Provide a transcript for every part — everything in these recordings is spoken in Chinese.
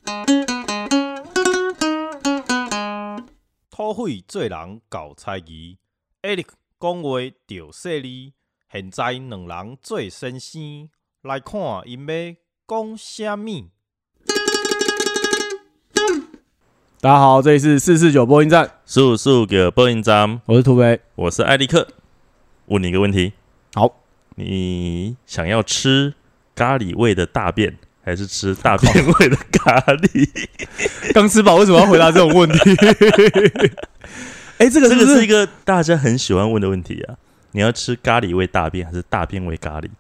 土匪做人搞猜疑 ，Eric 讲话着犀利。现在两人做先生，来看因要讲啥物。 大家好，这里是449播音站， 速速给播音站， 我是土匪， 我是艾利克。问你一个问题， 好， 你想要吃咖喱味的大便，还是吃大便味的咖喱？ 刚吃饱为什么要回答这种问题？这个是一个大家很喜欢问的问题啊！你要吃咖喱味大便，还是大便味咖喱？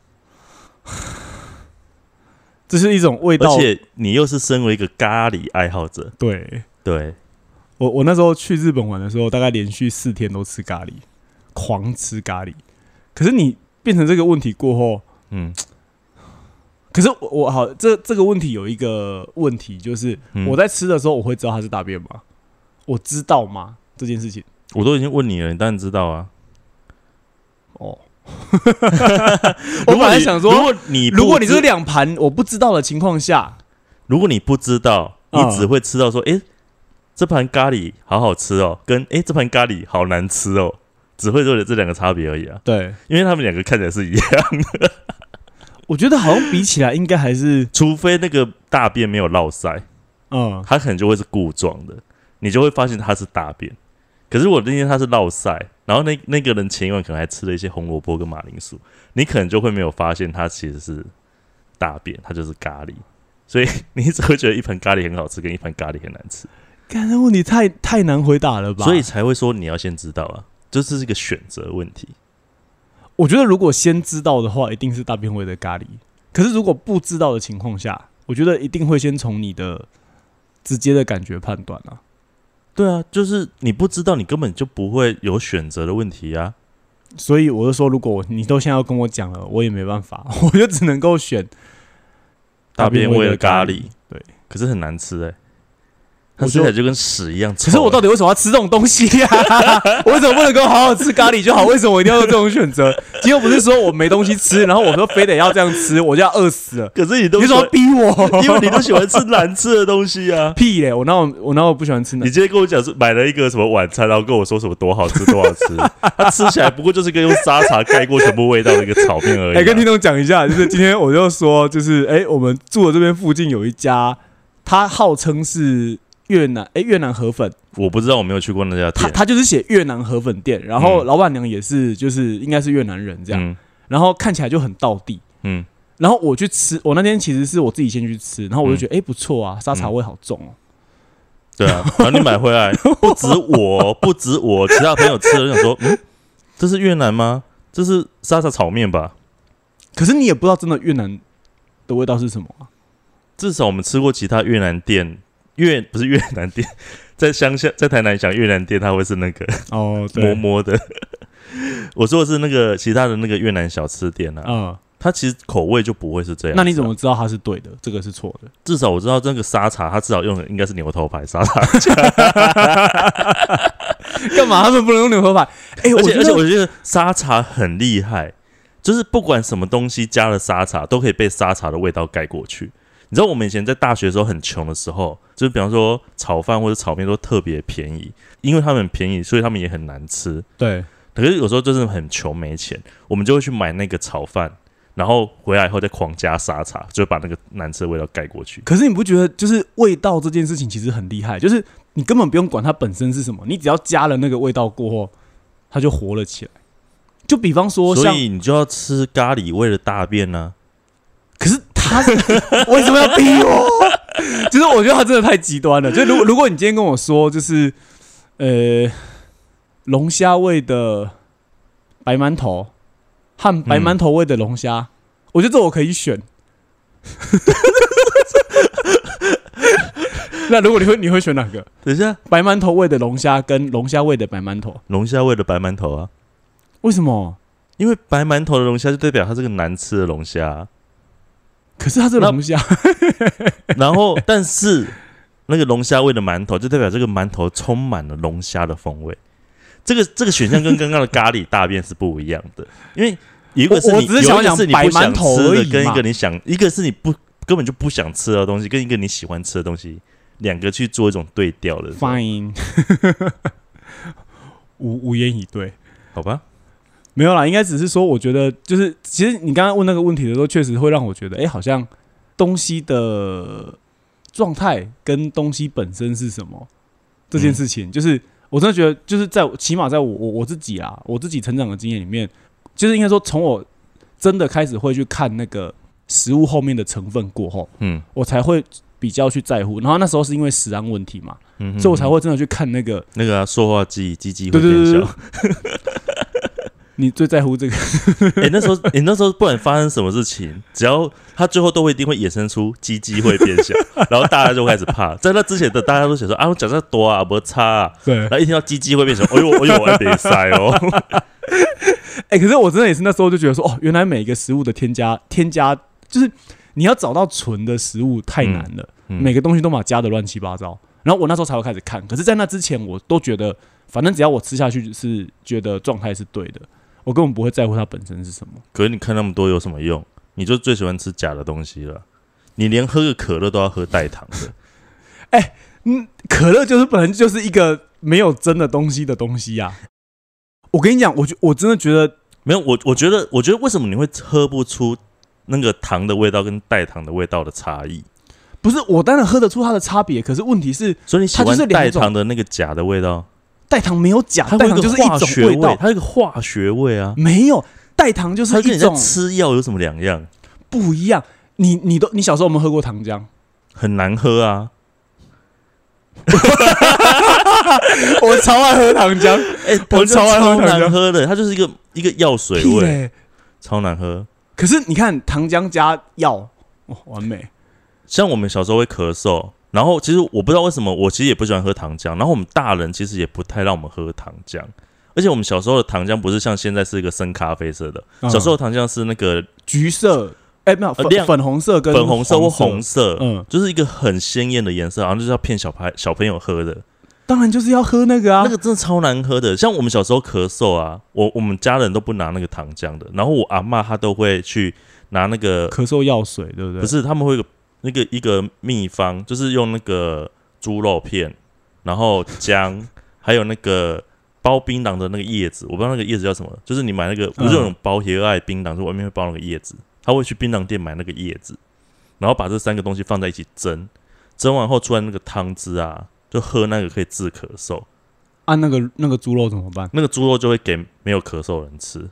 这是一种味道， 而且你又是身为一个咖喱爱好者，对， 我那时候去日本玩的时候，大概连续4天都吃咖喱，狂吃咖喱。可是你变成这个问题过后，可是我好，这个问题有一个问题，就是我在吃的时候，我会知道它是大便吗？我知道吗？这件事情我都已经问你了，你当然知道啊。 哦，我本来想说，如果你是2盘我不知道的情况下， 如果你不知道，你只会吃到说，这盘咖喱好好吃哦，跟这盘咖喱好难吃哦，只会做这2个差别而已啊。 对， 因为他们2个看起来是一样的。 我觉得好像比起来，应该还是， 除非那个大便没有落腮，它可能就会是固状的，你就会发现它是大便。可是如果那天它是落腮，然后那个人前一晚可能还吃了一些红萝卜跟马铃薯，你可能就会没有发现它其实是大便，它就是咖喱。所以你只会觉得一盘咖喱很好吃，跟一盘咖喱很难吃。 干，这问题太难回答了吧？ 所以才会说你要先知道啊，这是一个选择问题。 我觉得如果先知道的话，一定是大便味的咖喱。可是如果不知道的情况下，我觉得一定会先从你的直接的感觉判断啊。 对啊，就是你不知道，你根本就不会有选择的问题啊。 所以我就说，如果你都现在要跟我讲了，我也没办法，我就只能够选大便味的咖喱。 对， 可是很难吃它吃起来就跟屎一样臭。 可是我到底为什么要吃这种东西啊？我为什么不能够好好吃咖喱就好？为什么我一定要有这种选择？今天不是说我没东西吃，然后我说非得要这样吃，我就要饿死了。 可是你为什么要逼我？ 因为你都喜欢吃难吃的东西啊！ 屁嘞！我哪有不喜欢吃？ 你今天跟我讲是买了一个什么晚餐，然后跟我说什么多好吃多好吃，它吃起来不过就是个用沙茶盖过全部味道的一个炒面而已。 跟听众讲一下，就是今天我就说，就是我们住的这边附近有一家，它号称是越南河粉， 我不知道，我没有去过那家店。 他就是写越南河粉店，然后老板娘也是，就是应该是越南人这样，然后看起来就很道地，然后我去吃，我那天其实是我自己先去吃，然后我就觉得不错啊，沙茶味好重哦。 对啊，然后你买回来，不止我，其他朋友吃了就想说，这是越南吗？这是沙茶炒面吧？ 可是你也不知道真的越南的味道是什么啊。 至少我们吃过其他越南店。不是越南店，在乡下，在台南讲越南店，它会是那个摸摸的。我说的是那个其他的那个越南小吃店啊，它其实口味就不会是这样。 那你怎么知道它是对的？这个是错的。 至少我知道这个沙茶，它至少用的应该是牛头牌沙茶。 干嘛他们不能用牛头牌？ 而且我觉得沙茶很厉害，就是不管什么东西加了沙茶，都可以被沙茶的味道盖过去。你知道我们以前在大学的时候很穷的时候，就是比方说炒饭或者炒面都特别便宜，因为他们很便宜，所以他们也很难吃。 对， 可是有时候就是很穷没钱，我们就会去买那个炒饭，然后回来以后再狂加沙茶，就把那个难吃的味道盖过去。 可是你不觉得就是味道这件事情其实很厉害？就是你根本不用管它本身是什么，你只要加了那个味道过后，它就活了起来。就比方说， 所以你就要吃咖喱味的大便呢？ 可是他为什么要逼我？就是我觉得他真的太极端了。就如果你今天跟我说，就是龙虾味的白馒头和白馒头味的龙虾，我觉得这我可以选。那如果你会选哪个？ 等一下， 白馒头味的龙虾跟龙虾味的白馒头。 龙虾味的白馒头啊？ 为什么？ 因为白馒头的龙虾就代表它是个难吃的龙虾。 可是它是龙虾， 然后但是那个龙虾味的馒头就代表这个馒头充满了龙虾的风味。这个选项跟刚刚的咖喱大便是不一样的，因为一个是你， 我只是想讲白馒头而已嘛， 跟一个你想，一个是你不根本就不想吃的东西，跟一个你喜欢吃的东西，两个去做一种对调的。 Fine， 无言以对， 好吧？ 没有啦，应该只是说，我觉得就是，其实你刚刚问那个问题的时候，确实会让我觉得，好像东西的状态跟东西本身是什么这件事情，就是我真的觉得，就是起码在我自己啊，我自己成长的经验里面，就是应该说，从我真的开始会去看那个食物后面的成分过后，我才会比较去在乎。然后那时候是因为食安问题嘛，所以我才会真的去看那个塑化剂，鸡鸡会变小。 你最在乎这个？ 那时候不管发生什么事情，只要它最后都一定会衍生出鸡鸡会变小，然后大家就开始怕。在那之前的大家都想说啊，我讲这多啊，不差啊。 对。 然后一听到鸡鸡会变小，哎呦，我还别塞哦。 可是我真的也是那时候就觉得说，哦，原来每一个食物的添加，就是你要找到纯的食物太难了，每个东西都把它加的乱七八糟。然后我那时候才会开始看，可是，在那之前我都觉得，反正只要我吃下去是觉得状态是对的。我根本不会在乎它本身是什么。 可是你看那么多有什么用？你就最喜欢吃假的东西了。你连喝个可乐都要喝代糖的。 可乐就是本来就是一个没有真的东西的东西啊。我跟你讲，我真的觉得没有。我觉得为什么你会喝不出那个糖的味道跟代糖的味道的差异？ 不是，我当然喝得出它的差别，可是问题是， 所以你喜欢代糖的那个假的味道？ 代糖没有假，代糖就是一种味道， 它有一个化学味啊。 没有，代糖就是一种。它跟你在吃药有什么两样？ 不一样。你小时候有没有喝过糖浆？ 很难喝啊！ 我超爱喝糖浆，我超爱喝糖浆， 超难喝的，它就是一个药水味，超难喝。 可是你看糖浆加药，完美。 像我们小时候会咳嗽。然后其实我不知道为什么，我其实也不喜欢喝糖浆。然后我们大人其实也不太让我们喝糖浆，而且我们小时候的糖浆不是像现在是一个深咖啡色的，小时候的糖浆是那个橘色，没有粉红色跟粉红色或红色，就是一个很鲜艳的颜色，好像就是要骗小朋友喝的。 当然就是要喝那个啊， 那个真的超难喝的。像我们小时候咳嗽啊，我们家人都不拿那个糖浆的，然后我阿嬷她都会去拿那个咳嗽药水，对不对？ 不是，他们会一个秘方，就是用那个猪肉片，然后姜，还有那个包槟榔的那个叶子，我不知道那个叶子叫什么，就是你买那个不是有种包椰爱槟榔，就外面会包那个叶子，他会去槟榔店买那个叶子，然后把这3个东西放在一起蒸完后出来那个汤汁啊，就喝那个可以治咳嗽。 啊，那个猪肉怎么办？ 那个猪肉就会给没有咳嗽的人吃。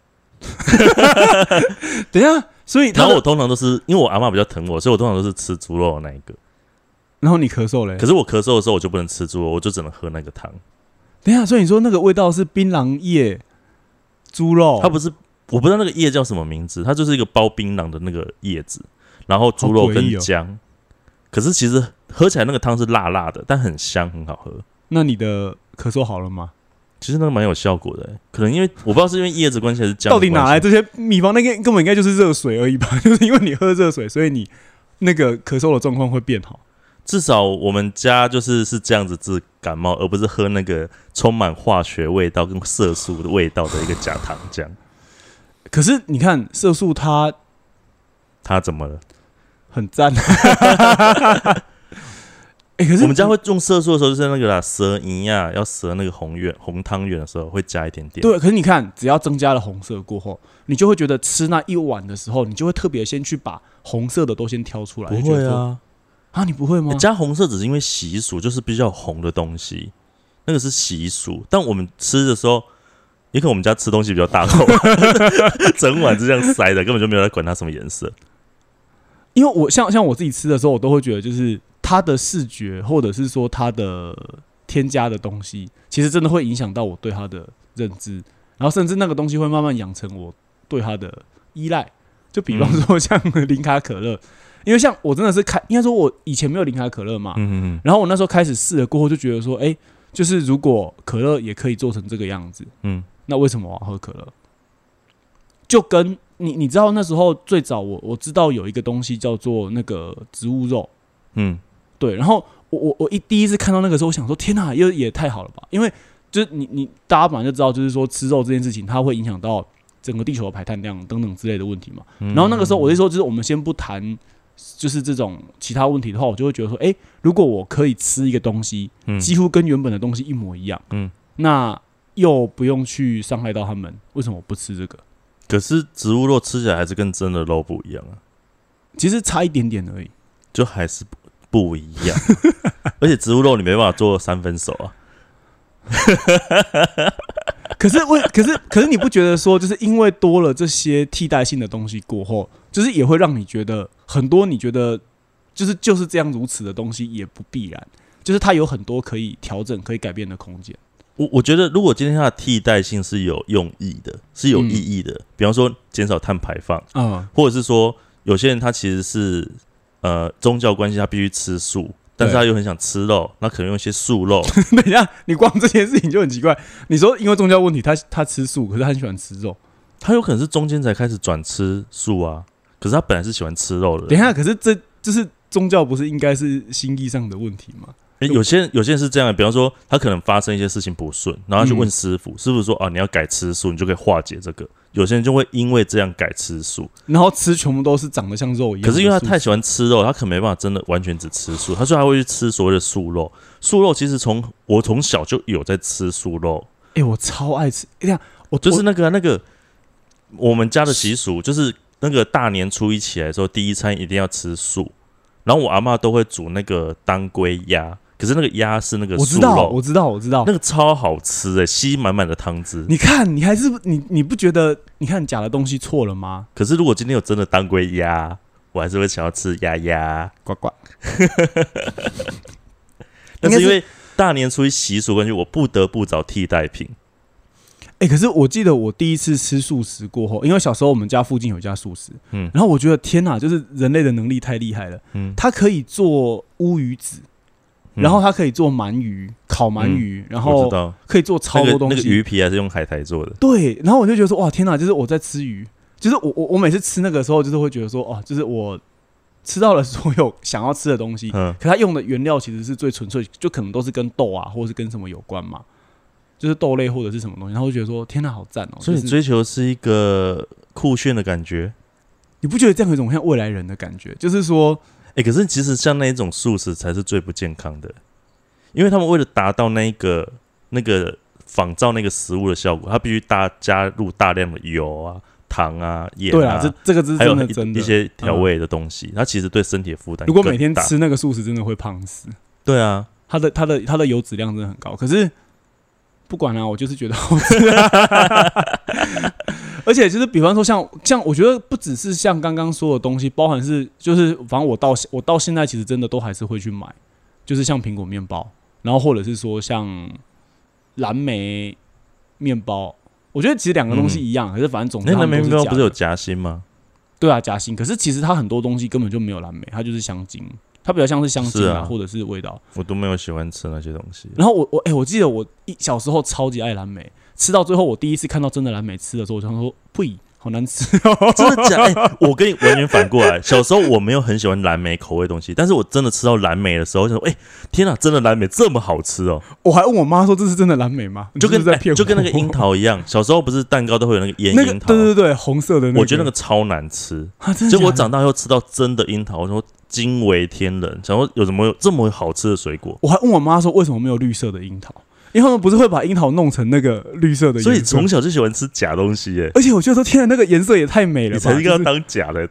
等一下。所以， 然后我通常都是因为我阿嬷比较疼我，所以我通常都是吃猪肉的那一个。 然后你咳嗽嘞？ 可是我咳嗽的时候我就不能吃猪肉，我就只能喝那个汤。 等一下，所以你说那个味道是槟榔叶、猪肉？ 它不是，我不知道那个叶叫什么名字，它就是一个包槟榔的那个叶子，然后猪肉跟姜。可是其实喝起来那个汤是辣辣的，但很香，很好喝。 那你的咳嗽好了吗？ 其实那个蛮有效果的，可能因为我不知道是因为叶子关系还是姜。 到底哪来这些秘方？那个根本应该就是热水而已吧？就是因为你喝热水，所以你那个咳嗽的状况会变好。 至少我们家是这样子治感冒，而不是喝那个充满化学味道跟色素的味道的一个假糖浆。 可是你看色素它怎么了？ 很赞。可是我们家会用色素的时候，就是那个啦，蛇银啊，要蛇那个红汤圆的时候会加一点点。 对，可是你看，只要增加了红色过后，你就会觉得吃那一碗的时候，你就会特别先去把红色的都先挑出来。 不会啊， 你不会吗？ 加红色只是因为习俗，就是比较红的东西，那个是习俗。但我们吃的时候，也可能我们家吃东西比较大口，整碗是这样塞的，根本就没有在管它什么颜色。 因为我像我自己吃的时候，我都会觉得就是它的视觉，或者是说它的添加的东西，其实真的会影响到我对它的认知，然后甚至那个东西会慢慢养成我对它的依赖。就比方说像零卡可乐，因为像我真的是应该说我以前没有零卡可乐嘛，然后我那时候开始试了过后，就觉得说，就是如果可乐也可以做成这个样子，那为什么我要喝可乐？就跟你知道那时候最早我知道有一个东西叫做那个植物肉，对，然后我第一次看到那个时候，我想说天哪，也太好了吧！因为就是你大家本来就知道，就是说吃肉这件事情，它会影响到整个地球的排碳量等等之类的问题嘛。然后那个时候我就说，就是我们先不谈就是这种其他问题的话，我就会觉得说，如果我可以吃一个东西，几乎跟原本的东西一模一样，那又不用去伤害到他们，为什么我不吃这个？ 可是植物肉吃起来还是跟真的肉不一样啊， 其实差一点点而已， 就还是不一样、而且植物肉你没办法做3分熟啊。 可是你不觉得说，就是因为多了这些替代性的东西过后，就是也会让你觉得很多你觉得就是这样如此的东西也不必然，就是它有很多可以调整、可以改变的空间。 我觉得，如果今天它的替代性是有用意的，是有意义的，比方说减少碳排放，或者是说有些人他其实是宗教关系，他必须吃素。但是他又很想吃肉，那可能用一些素肉。 等一下，你光这件事情就很奇怪。你说因为宗教问题，他吃素，可是他很喜欢吃肉。 他有可能是中间才开始转吃素啊，可是他本来是喜欢吃肉的。 等一下，可是这就是宗教不是应该是心意上的问题吗？ 有些人是这样的，比方说他可能发生一些事情不顺，然后他去问师傅，师傅说你要改吃素，你就可以化解这个。有些人就会因为这样改吃素， 然后吃全部都是长得像肉一样。 可是因为他太喜欢吃肉，他可能没办法真的完全只吃素，他所以他会去吃所谓的素肉。素肉其实我从小就有在吃素肉。 我超爱吃。我就是那个我们家的习俗，就是那个大年初一起来的时候，第一餐一定要吃素。然后我阿嬷都会煮那个当归鸭。可是那个鸭是那个素肉， 我知道， 那个超好吃吸满满的汤汁。 你看，你还是你不觉得？你看假的东西错了吗？ 可是如果今天有真的当归鸭，我还是会想要吃鸭， 呱呱。 但是因为大年初一习俗关系，我不得不找替代品。 可是我记得我第一次吃素食过后，因为小时候我们家附近有一家素食，然后我觉得天哪，就是人类的能力太厉害了，它可以做乌鱼子。然后它可以做鳗鱼、烤鳗鱼，然后可以做超多东西。 那个鱼皮还是用海苔做的。 对，然后我就觉得说，哇，天哪！就是我在吃鱼，就是我每次吃那个时候，就是会觉得说，就是我吃到了所有想要吃的东西。可它用的原料其实是最纯粹，就可能都是跟豆啊，或者是跟什么有关嘛，就是豆类或者是什么东西。然后我就觉得说，天哪，好赞哦！ 所以你追求的是一个酷炫的感觉， 你不觉得这样有一种像未来人的感觉？就是说。 可是其实像那一种素食才是最不健康的，因为他们为了达到那个仿照那个食物的效果，他必须加入大量的油啊、糖啊、盐啊。 对啊，这个是真的真的一些调味的东西，它其实对身体的负担。 如果每天吃那个素食，真的会胖死。 对啊， 它的油脂量真的很高。可是不管啊，我就是觉得好吃。而且就是比方说像我觉得不只是像刚刚说的东西，包含是就是反正我到现在其实真的都还是会去买，就是像苹果面包，然后或者是说像蓝莓面包，我觉得其实两个东西一样，可是反正总之蓝莓面包不是有夹心吗？ 对啊，夹心。可是其实它很多东西根本就没有蓝莓，它就是香精，它比较像是香精啊，或者是味道。 我都没有喜欢吃那些东西。 然后我记得我小时候超级爱蓝莓。吃到最后，我第一次看到真的蓝莓吃的时候，我就想说：“呸，好难吃哦！” 真的假？我跟你完全反过来。小时候我没有很喜欢蓝莓口味的东西，但是我真的吃到蓝莓的时候，我想说：“天哪，真的蓝莓这么好吃哦！” 我还问我妈说：“这是真的蓝莓吗？” 就跟那个樱桃一样，小时候不是蛋糕都会有那个腌樱桃？ 对，红色的那个。 我觉得那个超难吃。结果我长大后吃到真的樱桃，我说惊为天人，想说有什么这么好吃的水果？ 我还问我妈说：“为什么没有绿色的樱桃？”因为他们不是会把樱桃弄成那个绿色的颜色， 所以从小就喜欢吃假东西耶。 而且我觉得说，天啊，那个颜色也太美了吧！ 你才应该要当假的。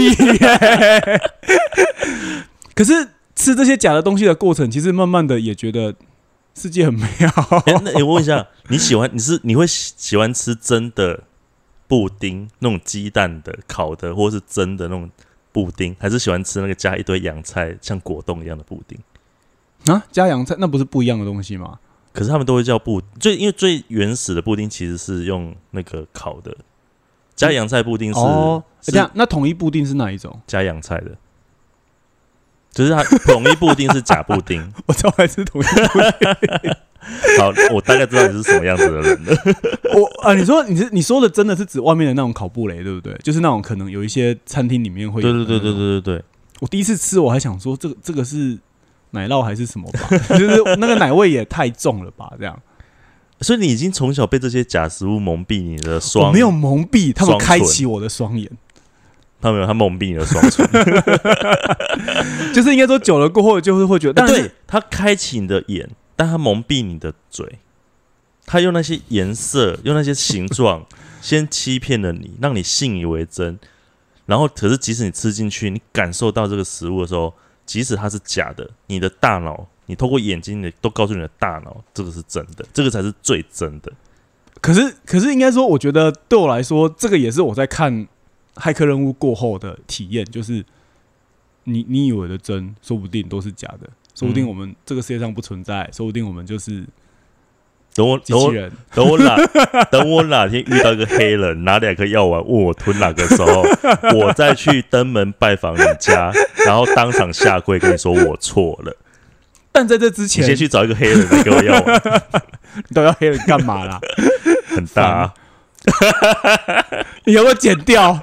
可是吃这些假的东西的过程，其实慢慢的也觉得世界很美好。 那我问一下，你会喜欢吃真的布丁，那种鸡蛋的烤的，或是真的那种布丁，还是喜欢吃那个加一堆洋菜像果冻一样的布丁？ 加洋菜那不是不一样的东西吗？ 可是他们都会叫布，因为最原始的布丁其实是用那个烤的，加洋菜布丁是这样。那统一布丁是哪一种？ 加洋菜的，就是它统一布丁是假布丁。 我超爱吃统一布丁。 好，我大概知道你是什么样子的人了。 你说的真的是指外面的那种烤布雷，对不对？就是那种可能有一些餐厅里面会有。 对。 我第一次吃，我还想说这个是奶酪还是什么吧？就是那个奶味也太重了吧？这样。 所以你已经从小被这些假食物蒙蔽你的双， 我没有蒙蔽，他们开启我的双眼。 他没有，他蒙蔽你的双唇， 就是应该说久了过后，就是会觉得，但是对，他开启你的眼，但他蒙蔽你的嘴，他用那些颜色，用那些形状，先欺骗了你，让你信以为真。然后，可是即使你吃进去，你感受到这个食物的时候，即使它是假的，你的大脑，你透过眼睛，你都告诉你的大脑，这个是真的，这个才是最真的。 可是应该说，我觉得对我来说，这个也是我在看骇客任务过后的体验，就是你以为的真，说不定都是假的，说不定我们这个世界上不存在，说不定我们就是机器人。 等我哪天遇到一个黑人拿2颗药丸问我吞哪个时候，我再去登门拜访你家，然后当场下跪跟你说我错了。 但在这之前， 你先去找一个黑人来给我药丸。 你都要黑人干嘛啦？ 很大啊！ 你要不要剪掉？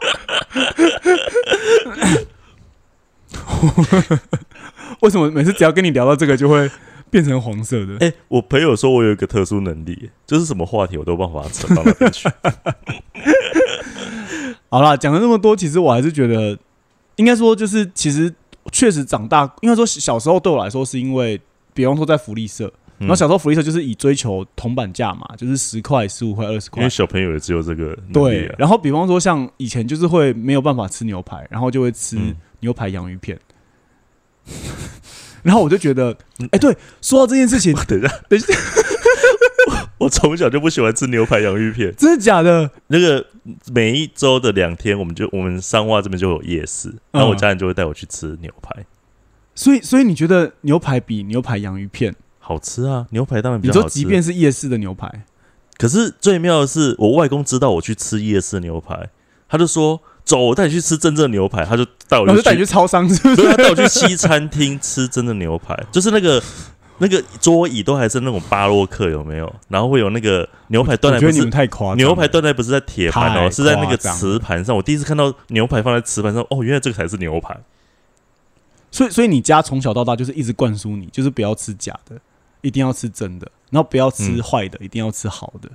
为什么每次只要跟你聊到这个就会变成黄色的？ 我朋友说我有一个特殊能力，就是什么话题我都有办法扯到那边去。 好啦，讲了那么多，其实我还是觉得，应该说就是其实确实长大，应该说小时候对我来说是因为，比方说在福利社。然后小时候福利社就是以追求铜板价嘛，就是10块、15块、20块， 因为小朋友也只有这个能力啊。 对，然后比方说像以前就是会没有办法吃牛排，然后就会吃牛排洋芋片。然后我就觉得，对，说到这件事情， 等一下，我从小就不喜欢吃牛排洋芋片， 真的假的？ 那个每一周的2天，我们三蛙这边就有夜市，然后我家人就会带我去吃牛排。 所以你觉得牛排比牛排洋芋片好吃啊？牛排当然比较好吃。 你说即便是夜市的牛排， 可是最妙的是，我外公知道我去吃夜市牛排，他就说：“走，我带你去吃真正的牛排。”他就带我去超商，是不是？ 所以他带我去西餐厅吃真的牛排，就是那个桌椅都还是那种巴洛克，有没有？然后会有那个牛排端来，不是太夸张， 牛排端来不是在铁盘哦，是在那个瓷盘上。我第一次看到牛排放在瓷盘上，哦，原来这个才是牛排。 所以你家从小到大就是一直灌输你，就是不要吃假的。一定要吃真的，然后不要吃坏的，一定要吃好的。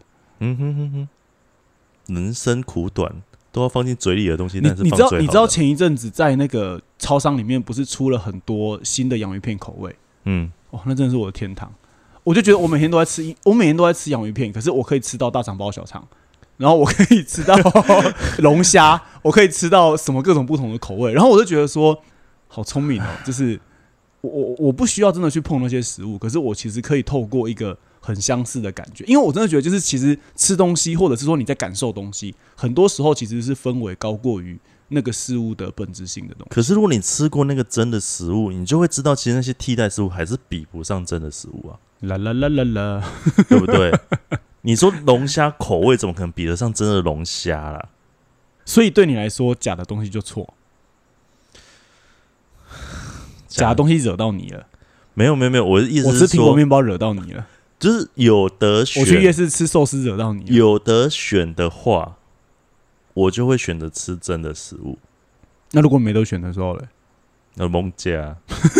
人生苦短，都要放进嘴里的东西， 你知道前一阵子在那个超商里面不是出了很多新的洋芋片口味？那真的是我的天堂。我就觉得我每天都在吃洋芋片，可是我可以吃到大肠包小肠，然后我可以吃到龙虾，我可以吃到什么各种不同的口味，然后我就觉得说，好聪明哦，就是。我不需要真的去碰那些食物，可是我其实可以透过一个很相似的感觉，因为我真的觉得就是其实吃东西，或者是说你在感受东西，很多时候其实是氛围高过于那个事物的本质性的东西。 可是如果你吃过那个真的食物，你就会知道其实那些替代食物还是比不上真的食物啊！ 啦啦啦啦啦， 对不对？你说龙虾口味怎么可能比得上真的龙虾啦？ 所以对你来说，假的东西就错。假的东西惹到你了？ 没有，我的意思是说， 我吃苹果面包惹到你了， 就是有得选。 我去夜市吃寿司惹到你了， 有得选的话，我就会选择吃真的食物。 那如果没得选的时候嘞？ 那蒙家。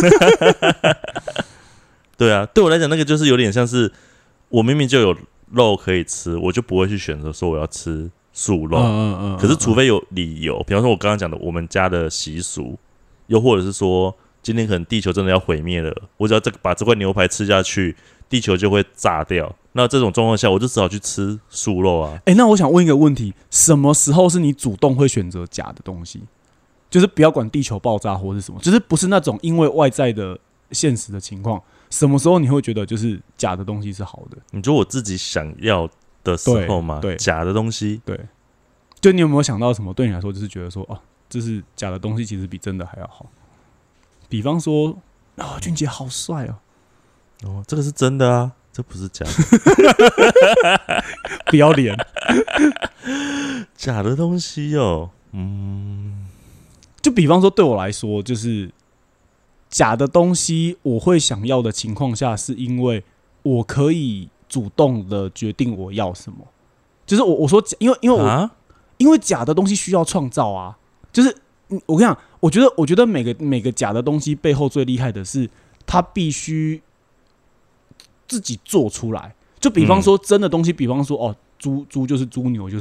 对啊，对我来讲，那个就是有点像是我明明就有肉可以吃，我就不会去选择说我要吃素肉。可是除非有理由，比方说我刚刚讲的我们家的习俗，又或者是说。今天可能地球真的要毁灭了，我只要把这块牛排吃下去，地球就会炸掉。那这种状况下，我就只好去吃素肉啊。 那我想问一个问题：什么时候是你主动会选择假的东西？就是不要管地球爆炸或是什么，就是不是那种因为外在的现实的情况，什么时候你会觉得就是假的东西是好的？ 你说我自己想要的时候吗？ 对， 假的东西， 对。就你有没有想到什么？对你来说，就是觉得说，就是假的东西其实比真的还要好。比方说，俊杰好帅哦！ 这个是真的啊，这不是假的。 不要脸， 假的东西哦。 就比方说，对我来说，就是假的东西，我会想要的情况下，是因为我可以主动的决定我要什么。就是我说，因为假的东西需要创造啊，就是我跟你讲。我觉得每个假的东西背后最厉害的是，它必须自己做出来。就比方说真的东西，比方说猪就是猪，牛就是牛。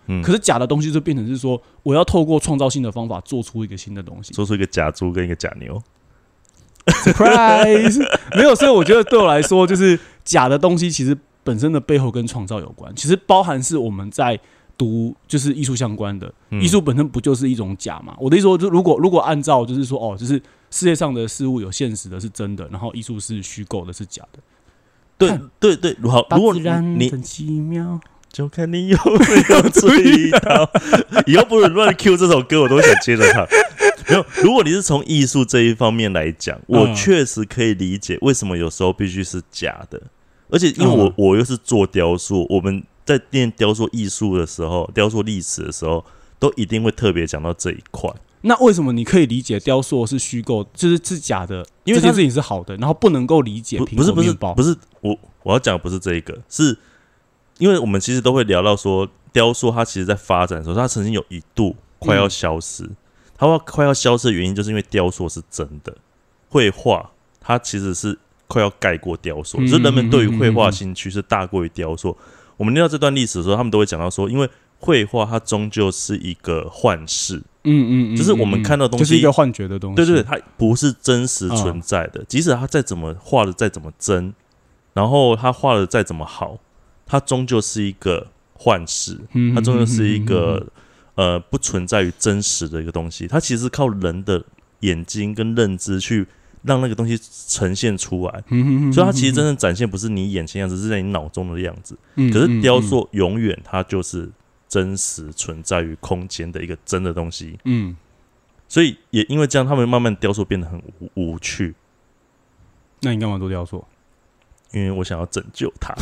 可是假的东西就变成是说，我要透过创造性的方法做出一个新的东西， 做出一个假猪跟一个假牛。 surprise 没有，所以我觉得对我来说，就是假的东西其实本身的背后跟创造有关，其实包含是我们在读就是艺术相关的，艺术本身不就是一种假嘛？我的意思说，就如果按照就是说就是世界上的事物有现实的是真的，然后艺术是虚构的是假的。 对对，好，如果你很奇妙， 就看你有没有注意到。以后不准乱 Q 这首歌，我都想接着唱。没有，如果你是从艺术这一方面来讲，我确实可以理解为什么有时候必须是假的。而且因为我又是做雕塑，我们在念雕塑艺术的时候，雕塑历史的时候，都一定会特别讲到这一块。 那为什么你可以理解雕塑是虚构，就是假的？因为这件事情是好的，然后不能够理解苹果面包。 不是，我要讲的不是这一个，是因为我们其实都会聊到说，雕塑它其实在发展的时候，它曾经有一度快要消失。它快要消失的原因，就是因为雕塑是真的，绘画它其实是快要盖过雕塑，所以人们对于绘画兴趣是大过于雕塑。我们念到这段历史的时候，他们都会讲到说，因为绘画它终究是一个幻视，就是我们看到的东西就是一个幻觉的东西， 对对对，它不是真实存在的。即使它再怎么画的再怎么真，然后它画的再怎么好，它终究是一个幻视，它终究是一个不存在于真实的一个东西。它其实是靠人的眼睛跟认知去让那个东西呈现出来，所以它其实真正展现不是你眼前样子，是在你脑中的样子。可是雕塑永远它就是真实存在于空间的一个真的东西。所以也因为这样，他们慢慢雕塑变得很无趣。 那你干嘛做雕塑？ 因为我想要拯救它。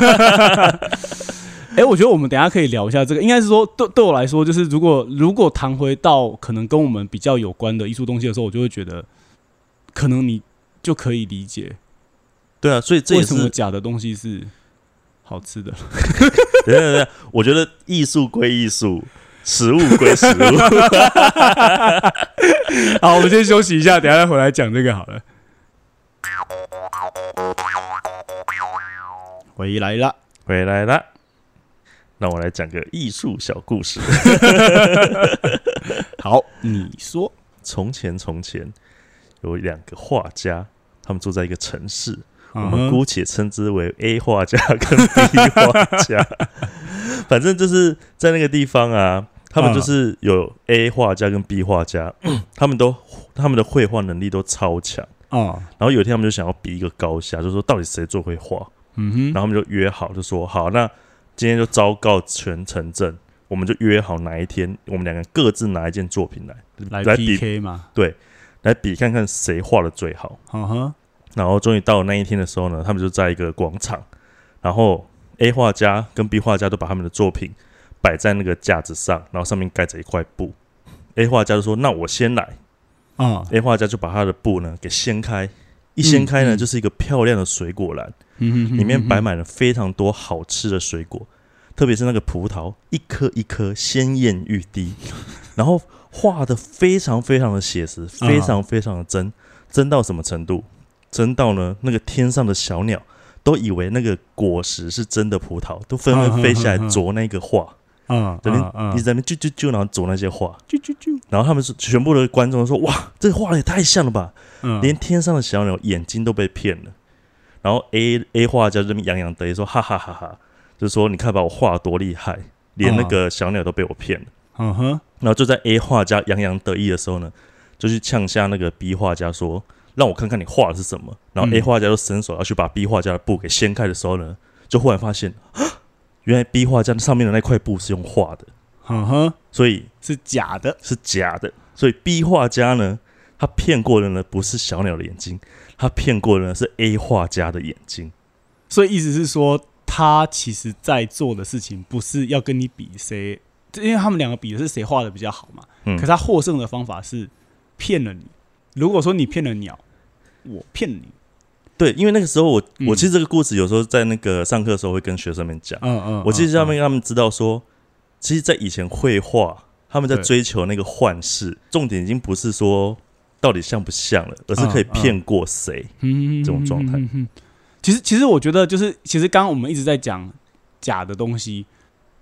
我觉得我们等一下可以聊一下这个。应该是说，对我来说，就是如果谈回到可能跟我们比较有关的艺术东西的时候，我就会觉得，可能你就可以理解。 对啊，所以这也是为什么假的东西是好吃的。 对，我觉得艺术归艺术，食物归食物。 好，我们先休息一下，等一下再回来讲这个好了。回来了。 那我来讲个艺术小故事。 好，你说。 从前有2个画家，他们住在一个城市，我们姑且称之为 A 画家跟 B 画家。反正就是在那个地方啊，他们就是有 A 画家跟 B 画家，他们的绘画能力都超强。然后有一天他们就想要比一个高下，就说到底谁最会画。然后他们就约好，就说好，那今天就昭告全城镇，我们就约好哪一天，我们2个各自拿一件作品来 PK 嘛， 对，来比看看谁画的最好。然后终于到了那一天的时候呢，他们就在一个广场，然后 A 画家跟 B 画家都把他们的作品摆在那个架子上，然后上面盖着一块布。A 画家就说：“那我先来。”A 画家就把他的布呢给掀开，一掀开呢，就是一个漂亮的水果篮。里面摆满了非常多好吃的水果，特别是那个葡萄，一颗一颗鲜艳欲滴，然后画的非常非常的写实，非常非常的真到什么程度？真到呢，那个天上的小鸟都以为那个果实是真的葡萄，都纷纷飞下来啄那个画。你在那边啾，然后啄那些画，然后他们全部的观众都说：“哇，这个画也太像了吧！”连天上的小鸟眼睛都被骗了。然后 A 画家这边洋洋得意说：“哈哈哈哈！”就是说，你看把我画多厉害，连那个小鸟都被我骗了。然后就在 A 画家洋洋得意的时候呢，就去呛下那个 B 画家说：“让我看看你画的是什么。”然后 A 画家就伸手要去把 B 画家的布给掀开的时候呢，就忽然发现，原来 B 画家上面的那块布是用画的，所以是假的。 所以 B 画家呢，他骗过的呢不是小鸟的眼睛，他骗过的呢是 A 画家的眼睛。 所以意思是说，他其实在做的事情不是要跟你比谁，因为他们2个比的是谁画的比较好嘛。可是他获胜的方法是骗了你。如果说你骗了鸟，我骗了你。 对，因为那个时候我其实这个故事有时候在那个上课的时候会跟学生们讲。我其实让他们知道说，其实，在以前绘画，他们在追求那个幻视，重点已经不是说到底像不像了，而是可以骗过谁这种状态。 其实我觉得就是，其实刚刚我们一直在讲假的东西，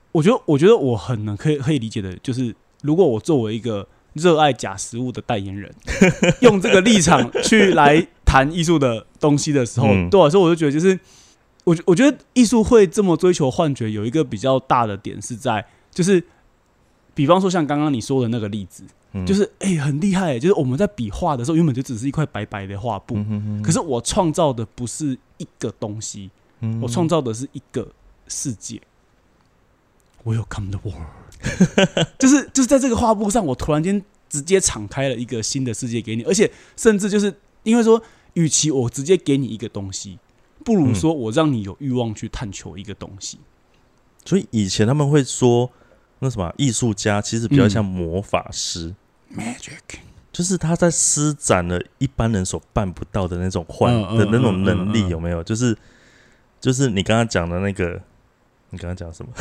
我觉得我很能可以理解的，就是如果我作为一个热爱假食物的代言人，用这个立场去来谈艺术的东西的时候，对我来说，我就觉得就是我觉得艺术会这么追求幻觉，有一个比较大的点是在，就是比方说像刚刚你说的那个例子，就是很厉害，就是我们在比画的时候，原本就只是一块白白的画布，可是我创造的不是一个东西，我创造的是一个世界。Welcome the world， 就是在这个画布上，我突然间直接敞开了一个新的世界给你，而且甚至就是因为说，与其我直接给你一个东西，不如说我让你有欲望去探求一个东西。 所以以前他们会说，那什么艺术家其实比较像魔法师 ，magic， 就是他在施展了一般人所办不到的那种的那种能力，有没有？就是你刚刚讲的那个。你刚刚讲什么？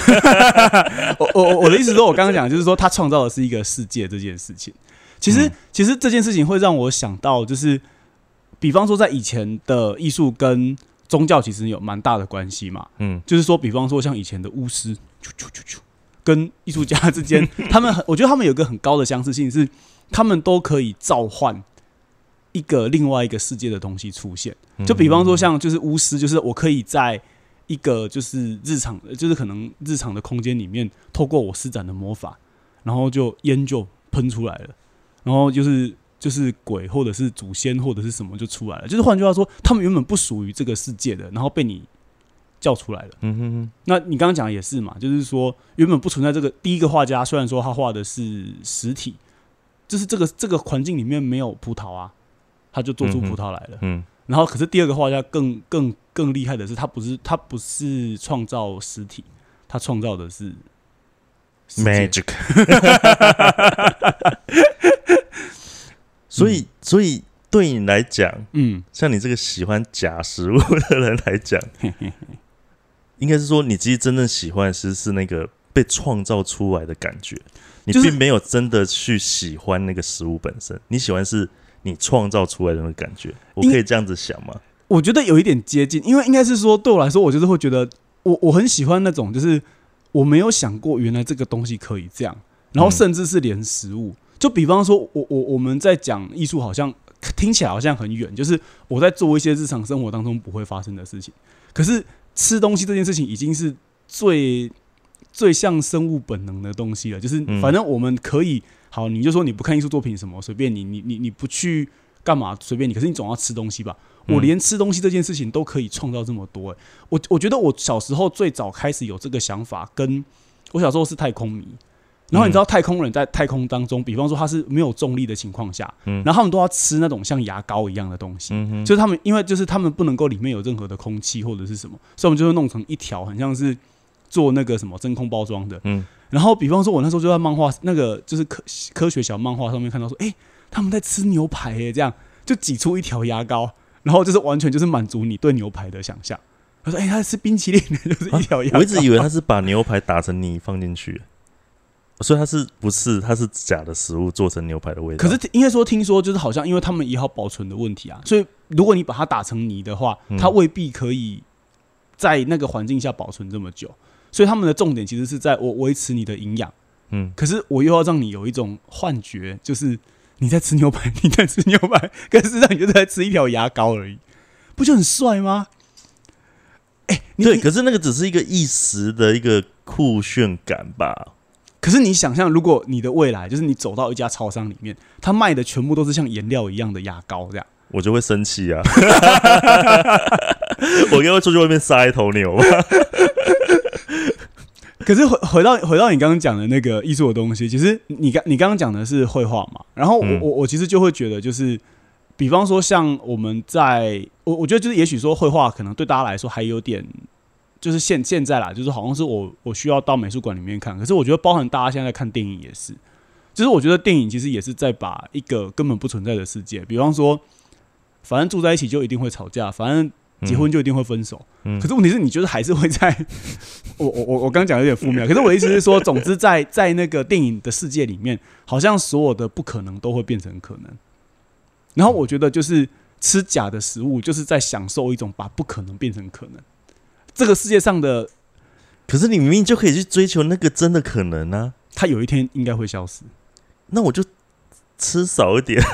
我的意思说，我刚刚讲就是说，他创造的是一个世界这件事情。其实这件事情会让我想到，就是比方说，在以前的艺术跟宗教其实有蛮大的关系嘛。就是说，比方说像以前的巫师，跟艺术家之间，我觉得他们有一个很高的相似性，是他们都可以召唤一个另外一个世界的东西出现。就比方说，像就是巫师，就是我可以在一个就是就是可能日常的空间里面，透过我施展的魔法，然后就烟就喷出来了，然后就是鬼或者是祖先或者是什么就出来了。就是换句话说，他们原本不属于这个世界的，然后被你叫出来了。那你刚刚讲的也是嘛，就是说原本不存在这个第一个画家，虽然说他画的是实体，就是这个环境里面没有葡萄啊，他就做出葡萄来了。然后可是第二个画家更厉害的是，他不是创造实体，他创造的是 magic 所以对你来讲，像你这个喜欢假食物的人来讲，应该是说你其实真正喜欢的是那个被创造出来的感觉，你并没有真的去喜欢那个食物本身，你喜欢是你创造出来的那个感觉。我可以这样子想吗？ 我觉得有一点接近，因为应该是说，对我来说，我就是会觉得，我很喜欢那种，就是我没有想过原来这个东西可以这样，然后甚至是连食物，就比方说，我们在讲艺术，好像听起来好像很远，就是我在做一些日常生活当中不会发生的事情，可是吃东西这件事情已经是最像生物本能的东西了，就是反正我们可以好，你就说你不看艺术作品什么随便你不去干嘛随便你，可是你总要吃东西吧。我连吃东西这件事情都可以创造这么多。我觉得我小时候最早开始有这个想法，跟我小时候是太空迷。然后你知道太空人在太空当中，比方说他是没有重力的情况下，然后他们都要吃那种像牙膏一样的东西，就是他们因为就是他们不能够里面有任何的空气或者是什么，所以我们就会弄成一条很像是做那个什么真空包装的。然后比方说我那时候就在漫画那个就是科学小漫画上面看到说，他们在吃牛排这样就挤出一条牙膏，然后就是完全就是满足你对牛排的想象。他说他在吃冰淇淋就是一条牙膏。 我一直以为他是把牛排打成泥放进去，所以它是假的食物做成牛排的味道。 可是应该说听说就是好像因为他们也有保存的问题啊，所以如果你把它打成泥的话，它未必可以在那个环境下保存这么久。所以他们的重点其实是在我维持你的营养，可是我又要让你有一种幻觉，就是你在吃牛排，你在吃牛排，可是让你就是在吃一条牙膏而已，不就很帅吗？ 对，可是那个只是一个一时的一个酷炫感吧。 可是你想象，如果你的未来就是你走到一家超商里面，他卖的全部都是像颜料一样的牙膏，这样我就会生气啊！我应该会出去外面杀一头牛吧。 可是回到你刚刚讲的那个艺术的东西，其实你刚刚讲的是绘画嘛，然后我其实就会觉得就是，比方说像我们我觉得就是也许说绘画可能对大家来说还有点。就是现在啦，就是好像是我需要到美术馆里面看，可是我觉得包含大家现在看电影也是，就是我觉得电影其实也是在把一个根本不存在的世界，比方说，反正住在一起就一定会吵架，反正结婚就一定会分手，可是问题是你觉得还是会在，我刚讲有点负面，可是我的意思是说，总之在那个电影的世界里面，好像所有的不可能都会变成可能，然后我觉得就是吃假的食物，就是在享受一种把不可能变成可能。这个世界上的可是你明明就可以去追求那个真的可能啊， 它有一天应该会消失。 那我就吃少一点。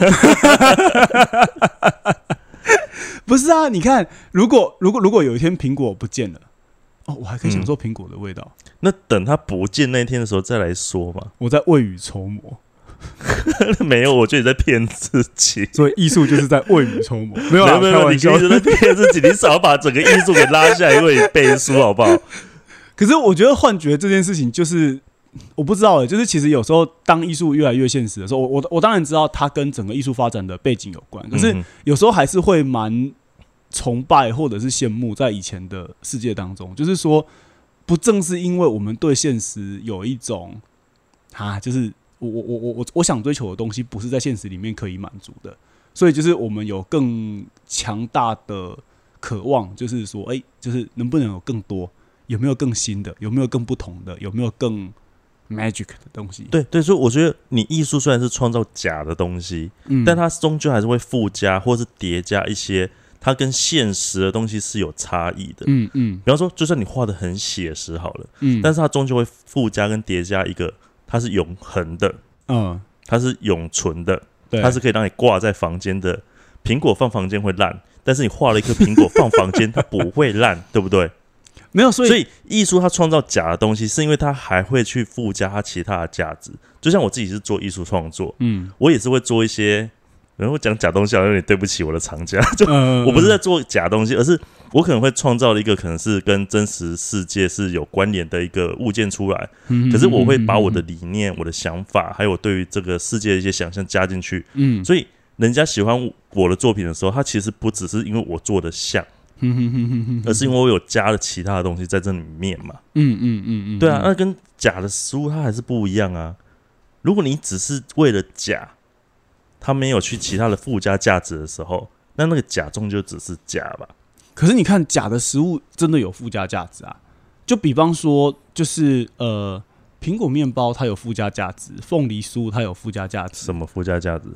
不是啊，你看，如果有一天苹果不见了，我还可以享受苹果的味道。 那等它不见那天的时候再来说嘛。 我在未雨绸缪。 没有，我觉得你在骗自己。 所以艺术就是在未雨绸缪。没有， 你一直在骗自己。你少把整个艺术给拉下来，因为你背书好不好？ 可是我觉得幻觉这件事情，就是我不知道就是其实有时候当艺术越来越现实的时候，我当然知道它跟整个艺术发展的背景有关，可是有时候还是会蛮崇拜或者是羡慕在以前的世界当中，就是说，不正是因为我们对现实有一种就是我想追求的东西不是在现实里面可以满足的，所以就是我们有更强大的渴望，就是说，就是能不能有更多，有没有更新的，有没有更不同的，有没有更 magic 的东西？ 对，所以我觉得你艺术虽然是创造假的东西，但它终究还是会附加或是叠加一些它跟现实的东西是有差异的。比方说，就算你画的很写实好了，但是它终究会附加跟叠加一个。它是永恒的，它是永存的，它是可以让你挂在房间的。苹果放房间会烂，但是你画了一颗苹果放房间，它不会烂，对不对？ 没有，所以艺术它创造假的东西，是因为它还会去附加它其他的价值。就像我自己是做艺术创作，我也是会做一些。然后讲假东西好像有点对不起我的藏家，我不是在做假东西，而是我可能会创造了一个可能是跟真实世界是有关联的一个物件出来，可是我会把我的理念、我的想法，还有我对于这个世界的一些想象加进去，所以人家喜欢我的作品的时候，它其实不只是因为我做的像，而是因为我有加了其他的东西在这里面嘛，对啊，那跟假的食物它还是不一样啊。如果你只是为了假，他没有去其他的附加价值的时候，那个假终究只是假吧。 可是你看，假的食物真的有附加价值啊！就比方说，就是苹果面包它有附加价值，凤梨酥它有附加价值。 什么附加价值？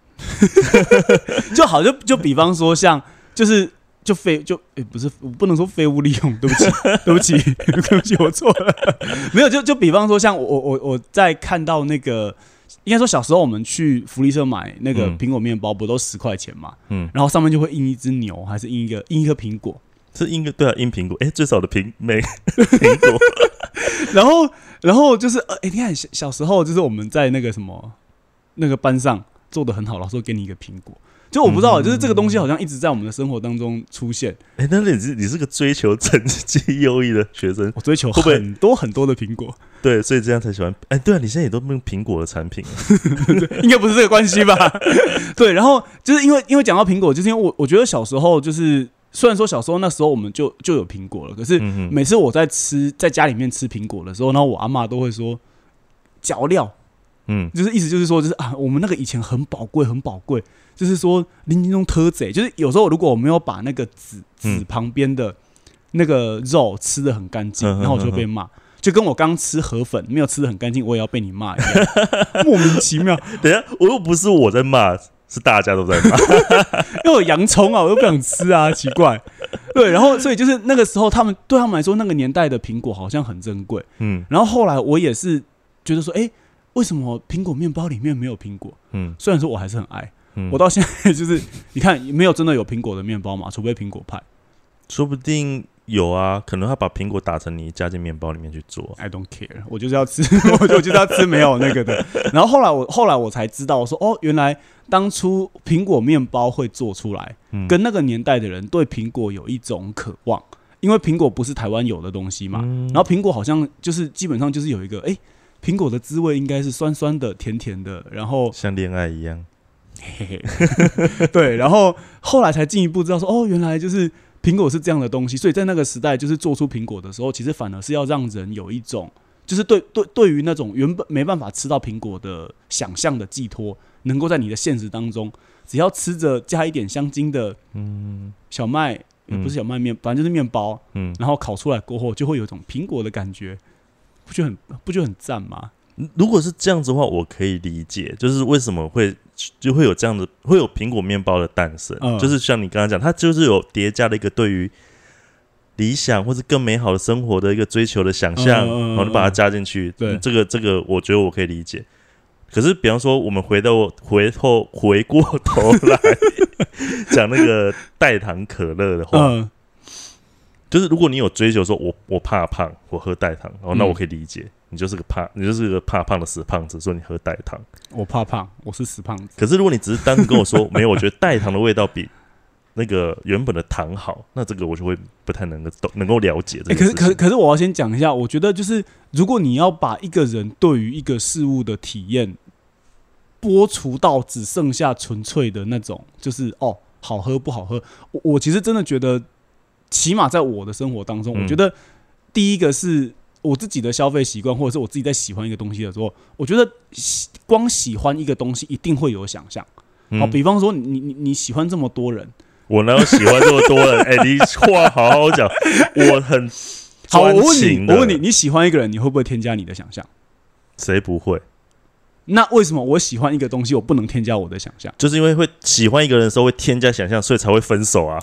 就好，就比方说像不是，我不能说废物利用，对不起，对不起，对不起，我错了。没有，就比方说像我在看到那个。应该说，小时候我们去福利社买那个苹果面包，不都10块钱嘛？然后上面就会印一只牛，还是印一颗苹果？ 是印个对啊，印苹果。最少的苹果。 然后就是你看小时候就是我们在那个什么那个班上做得很好，老师会给你一个苹果。就我不知道，就是这个东西好像一直在我们的生活当中出现。 那你是个追求成绩优异的学生， 我追求很多很多的苹果。 对，所以这样才喜欢。对啊，你现在也都用苹果的产品， 应该不是这个关系吧？对，然后就是因为讲到苹果，就是因为我觉得小时候就是，虽然说小时候那时候我们就有苹果了，可是每次我在家里面吃苹果的时候，然后我阿嬷都会说嚼料，就是意思就是说，就是我们那个以前很宝贵，很宝贵。就是说，林中特贼，就是有时候如果我没有把那个籽旁边的那个肉吃得很干净，然后我就被骂，就跟我刚吃河粉没有吃得很干净，我也要被你骂一样，莫名其妙。 等一下，我又不是我在骂，是大家都在骂， 因为有洋葱啊，我又不想吃啊，奇怪。对，然后所以就是那个时候，对他们来说，那个年代的苹果好像很珍贵。然后后来我也是觉得说，为什么苹果面包里面没有苹果？虽然说我还是很爱。我到现在就是，你看没有真的有苹果的面包嘛？除非苹果派， 说不定有啊，可能他把苹果打成泥加进面包里面去做。 I don't care， 我就是要吃，我就是要吃没有那个的。然后后来我才知道说，原来当初苹果面包会做出来，跟那个年代的人对苹果有一种渴望，因为苹果不是台湾有的东西嘛。然后苹果好像就是基本上就是有一个，苹果的滋味应该是酸酸的、甜甜的，然后像恋爱一样。 对，然后后来才进一步知道说，原来就是苹果是这样的东西，所以在那个时代，就是做出苹果的时候，其实反而是要让人有一种，就是对于那种原本没办法吃到苹果的想象的寄托，能够在你的现实当中，只要吃着加一点香精的小麦，也不是小麦面，反正就是面包，然后烤出来过后，就会有一种苹果的感觉，不觉得很赞吗？ 如果是这样子的话，我可以理解，就是为什么会有这样的，会有苹果面包的诞生，就是像你刚刚讲，它就是有叠加了一个对于理想或是更美好的生活的一个追求的想象，然后你把它加进去，对，这个我觉得我可以理解。可是比方说我们回过头来讲那个代糖可乐的话，就是如果你有追求说我怕胖，我喝代糖，那我可以理解，你就是个怕胖的死胖子，所以你喝代糖。 我怕胖，我是死胖子。 可是如果你只是单纯跟我说没有，我觉得代糖的味道比那个原本的糖好，那这个我就会不太能够了解这个事情。 可是我要先讲一下，我觉得就是如果你要把一个人对于一个事物的体验剥除到只剩下纯粹的那种，就是好喝不好喝，我其实真的觉得，起码在我的生活当中，我觉得第一个是我自己的消费习惯，或者是我自己在喜欢一个东西的时候，我觉得光喜欢一个东西一定会有想象。好，比方说你喜欢这么多人。我哪有喜欢这么多人？你话好好讲，我很专情的。 我问你，你喜欢一个人，你会不会添加你的想象？ 谁不会？ 那为什么我喜欢一个东西，我不能添加我的想象？ 就是因为会喜欢一个人的时候会添加想象，所以才会分手啊。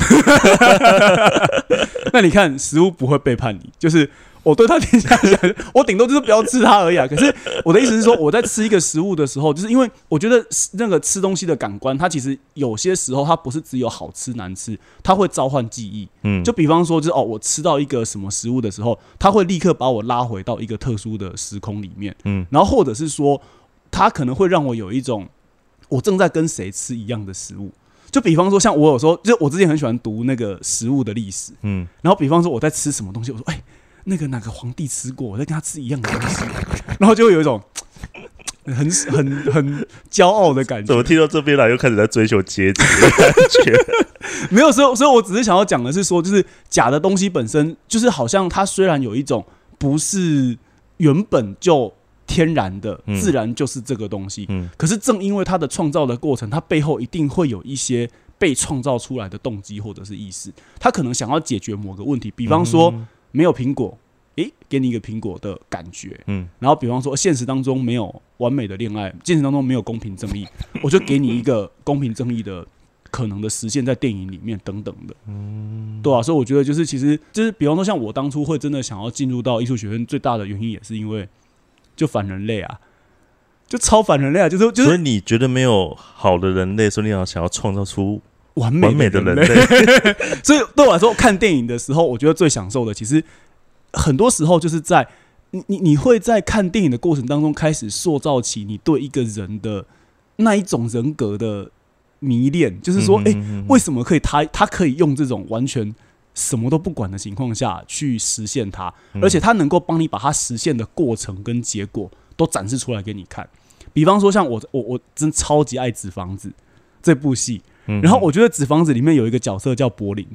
那你看，食物不会背叛你，就是我对它添加想象，我顶多就是不要吃它而已啊。可是我的意思是说，我在吃一个食物的时候，就是因为我觉得那个吃东西的感官，它其实有些时候它不是只有好吃难吃，它会召唤记忆。就比方说，就是我吃到一个什么食物的时候，它会立刻把我拉回到一个特殊的时空里面。然后或者是说，它可能会让我有一种我正在跟谁吃一样的食物。就比方说，像我有时候，就我之前很喜欢读那个食物的历史，然后比方说我在吃什么东西，我说那个哪个皇帝吃过，我在跟他吃一样的东西，然后就会有一种很骄傲的感觉。 怎么听到这边来又开始在追求阶级的感觉？ 没有，所以我只是想要讲的是说，就是假的东西本身，就是好像它虽然有一种不是原本就天然的，自然就是这个东西。可是正因为它的创造的过程，它背后一定会有一些被创造出来的动机或者是意识。他可能想要解决某个问题，比方说没有苹果，给你一个苹果的感觉。然后比方说现实当中没有完美的恋爱，现实当中没有公平正义，我就给你一个公平正义的可能的实现在电影里面等等的。对啊，所以我觉得就是其实就是比方说像我当初会真的想要进入到艺术学院，最大的原因也是因为就反人类啊，就超反人类啊，就是所以你觉得没有好的人类，所以你想要创造出完美的人类。 所以对我来说，看电影的时候，我觉得最享受的，其实很多时候就是在你会在看电影的过程当中，开始塑造起你对一个人的那一种人格的迷恋，就是说，为什么可以他可以用这种完全什么都不管的情况下去实现它，而且他能够帮你把它实现的过程跟结果都展示出来给你看。比方说像我真超级爱《纸房子》这部戏，然后我觉得《纸房子》里面有一个角色叫柏林，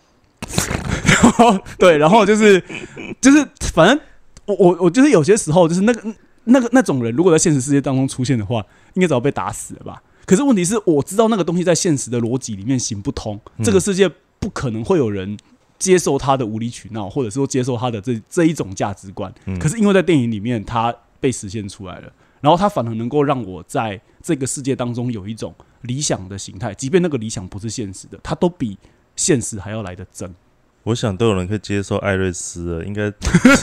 对，然后就是反正我就是有些时候就是那种人，如果在现实世界当中出现的话，应该早被打死了吧。可是问题是，我知道那个东西在现实的逻辑里面行不通，这个世界不可能会有人接受他的无理取闹，或者说接受他的这一种价值观。可是因为在电影里面，它被实现出来了，然后它反而能够让我在这个世界当中有一种理想的形态，即便那个理想不是现实的，它都比现实还要来得真。 我想都有人可以接受艾瑞斯了，应该。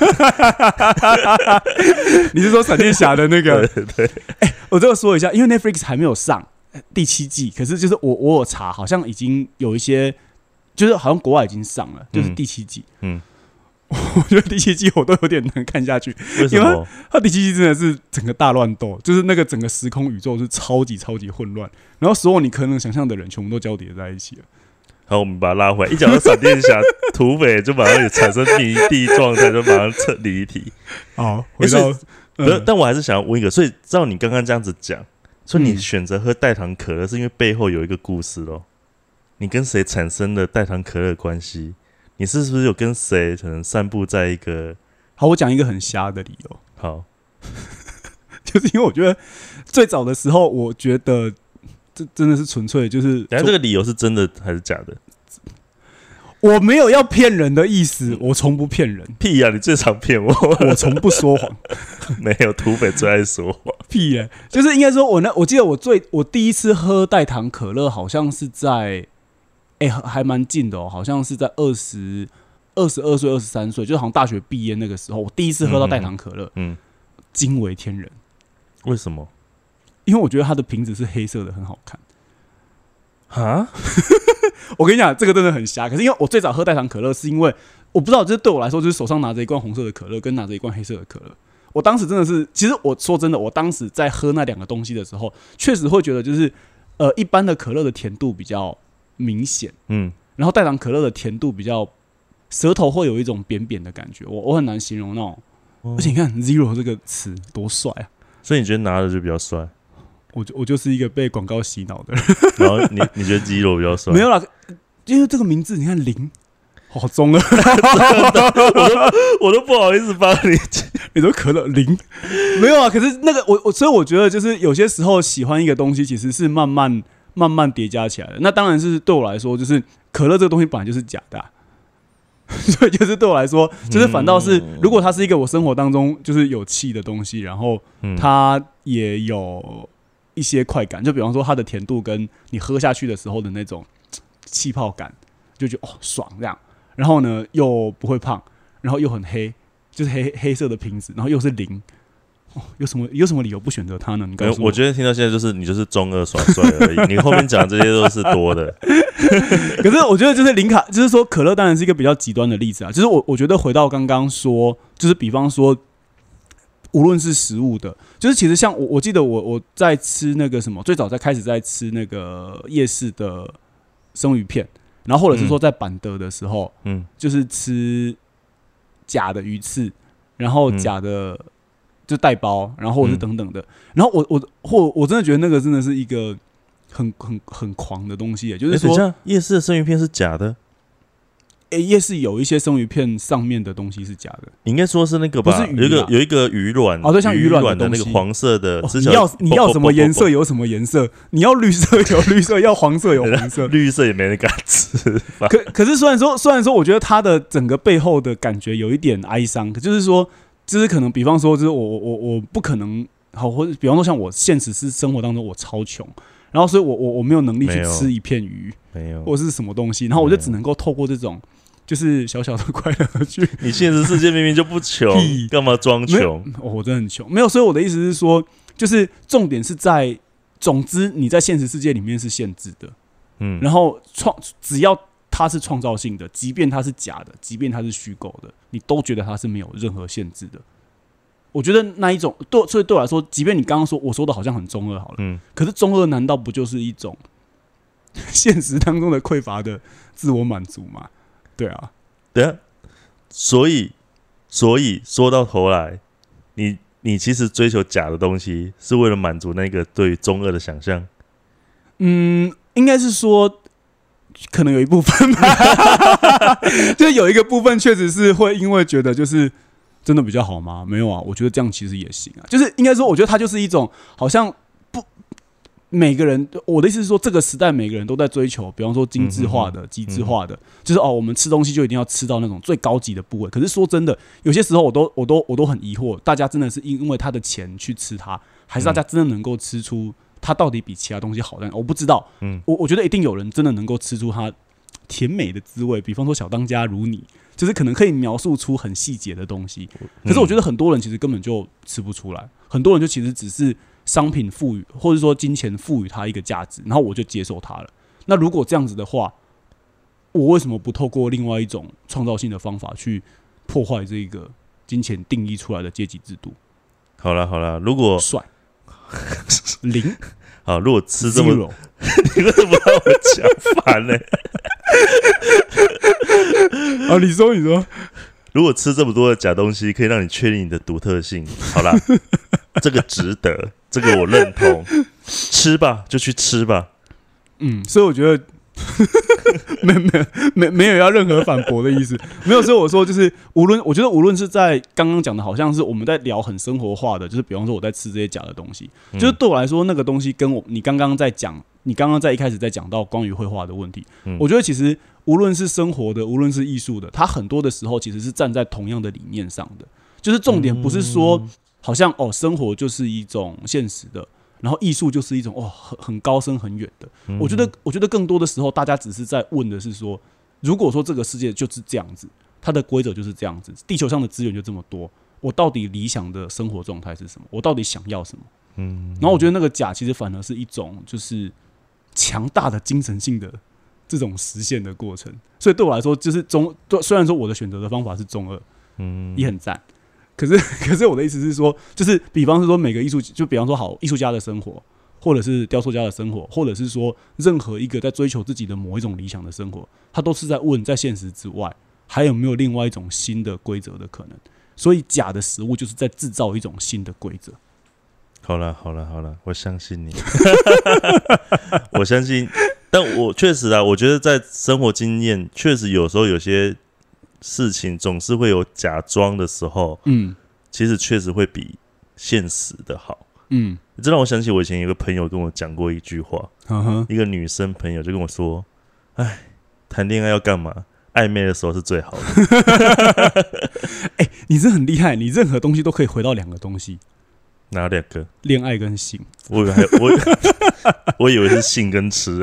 你是说闪电侠的那个？ 对。 我这个说一下，因为 Netflix 还没有上第7季，可是就是我有查，好像已经有一些，就是好像国外已经上了，就是第7季。我觉得第7季我都有点难看下去， 为什么？ 因为它第7季真的是整个大乱斗，就是那个整个时空宇宙是超级混乱，然后所有你可能想象的人全部都交叠在一起了。 好，我们把它拉回来。一讲到闪电侠，土匪就马上产生迷地状态，就马上撤离题。 好，回到， 但我还是想要问一个，所以照你刚刚这样子讲，所以你选择喝代糖可乐，是因为背后有一个故事咯？你跟谁产生了代糖可乐的关系？你是不是有跟谁可能散步在一个？ 好，我讲一个很瞎的理由。 好， 就是因为我觉得最早的时候，我觉得这真的是纯粹就是， 等一下这个理由是真的还是假的？ 我没有要骗人的意思，我从不骗人。 屁呀、你最常骗我， 我从不说谎。 没有，土匪最爱说谎。 屁耶、就是应该说我记得我第一次喝代糖可乐，好像是在还蛮近的哦，好像是在20 22岁、23岁，就好像大学毕业那个时候，我第一次喝到代糖可乐，惊为天人。 为什么？ 因为我觉得它的瓶子是黑色的，很好看。 哈， 我跟你讲，这个真的很瞎。可是因为我最早喝代糖可乐，是因为我不知道，就是对我来说，就是手上拿着一罐红色的可乐，跟拿着一罐黑色的可乐。我当时真的是，其实我说真的，我当时在喝那两个东西的时候，确实会觉得就是一般的可乐的甜度比较明显，然后代糖可乐的甜度比较，舌头会有一种扁扁的感觉，我很难形容那种。而且你看 “zero” 这个词多帅啊！所以你觉得拿着就比较帅？ 我就是一个被广告洗脑的人。 然后你觉得 “zero” 比较帅？ 没有啦，因为这个名字你看零，好中二， 我都不好意思帮你。 你说可乐零没有啊？可是那个所以我觉得就是有些时候喜欢一个东西，其实是慢慢叠加起来的。那当然是对我来说，就是可乐这个东西本来就是假的所以就是对我来说，就是反倒是如果它是一个我生活当中就是有气的东西，然后它也有一些快感，就比方说它的甜度跟你喝下去的时候的那种气泡感，就觉得爽这样。然后呢又不会胖，然后又很黑，就是黑色的瓶子，然后又是零。有什么理由不选择它呢？你告诉我。 我觉得听到现在就是你就是中二耍帅而已，你后面讲的这些都是多的。 可是我觉得就是零卡，就是说可乐当然是一个比较极端的例子啊。就是我觉得回到刚刚说，就是比方说，无论是食物的，就是其实像我记得我在吃那个什么，最早开始在吃那个夜市的生鱼片，然后或者是说在板德的时候，就是吃假的鱼翅，然后假的。就带包，然后或者是等等的，然后我真的觉得那个真的是一个很狂的东西，就是说夜市的生鱼片是假的。 夜市有一些生鱼片上面的东西是假的， 应该说是那个吧？不是有一个鱼卵对，像鱼卵的那个黄色的。 你要什么颜色有什么颜色，你要绿色有绿色，要黄色有黄色， 绿色也没人敢吃。 可是虽然说，我觉得它的整个背后的感觉有一点哀伤，就是说。就是可能，比方说，就是我不可能好，或者比方说，像我现实是生活当中我超穷，然后所以我没有能力去吃一片鱼， 没有， 或者是什么东西，然后我就只能够透过这种就是小小的快乐去。 你现实世界明明就不穷，干嘛装穷？ 我真的很穷，没有。所以我的意思是说，就是重点是在，总之你在现实世界里面是限制的，然后只要。它是创造性的，即便它是假的，即便它是虚构的，你都觉得它是没有任何限制的。我觉得那一种所以对我来说，即便你刚刚说我说的好像很中二好了，可是中二难道不就是一种现实当中的匮乏的自我满足吗？对啊， 对啊。所以说到头来，你其实追求假的东西，是为了满足那个对于中二的想象。 应该是说。可能有一部分吧，就是有一个部分确实是会因为觉得就是真的比较好吗？没有啊，我觉得这样其实也行啊。就是应该说，我觉得它就是一种好像不每个人，我的意思是说，这个时代每个人都在追求，比方说精致化的、极致化的，就是我们吃东西就一定要吃到那种最高级的部位。可是说真的，有些时候我都很疑惑，大家真的是因为他的钱去吃它，还是大家真的能够吃出？它到底比其他东西好，但我不知道。我觉得一定有人真的能够吃出它甜美的滋味。比方说小当家如你，就是可能可以描述出很细节的东西。可是我觉得很多人其实根本就吃不出来，很多人就其实只是商品赋予，或者说金钱赋予它一个价值，然后我就接受它了。那如果这样子的话，我为什么不透过另外一种创造性的方法去破坏这个金钱定义出来的阶级制度？ 好了，如果帅。零好，如果吃这么，你为什么让我讲烦呢？ 你说， 如果吃这么多的假东西可以让你确定你的独特性，好啦，这个值得，这个我认同，吃吧，就去吃吧。 所以我觉得没有要任何反驳的意思，没有。所以我说就是我觉得无论是在刚刚讲的，好像是我们在聊很生活化的，就是比方说我在吃这些假的东西，就是对我来说那个东西跟你刚刚在一开始在讲到关于绘画的问题，我觉得其实无论是生活的，无论是艺术的，它很多的时候其实是站在同样的理念上的，就是重点不是说好像生活就是一种现实的。然后艺术就是一种很高深很远的，我觉得更多的时候，大家只是在问的是说，如果说这个世界就是这样子， 它的规则就是这样子，地球上的资源就这么多，我到底理想的生活状态是什么？我到底想要什么？然后我觉得那个假其实反而是一种就是强大的精神性的这种实现的过程，所以对我来说就是虽然说我的选择的方法是中二，也很赞，可是我的意思是说，就是比方是说每个艺术，就比方说好艺术家的生活，或者是雕塑家的生活，或者是说任何一个在追求自己的某一种理想的生活，他都是在问在现实之外还有没有另外一种新的规则的可能。所以假的食物就是在制造一种新的规则。 好了，我相信你，我相信。但我确实啊，我觉得在生活经验，确实有时候有些事情总是会有假装的时候，其实确实会比现实的好。这让我想起我以前有个朋友跟我讲过一句话，一个女生朋友就跟我说：“哎，谈恋爱要干嘛？暧昧的时候是最好的。” 你这很厉害，你任何东西都可以回到两个东西。 哪两个？ 恋爱跟性。 我以为是性跟吃。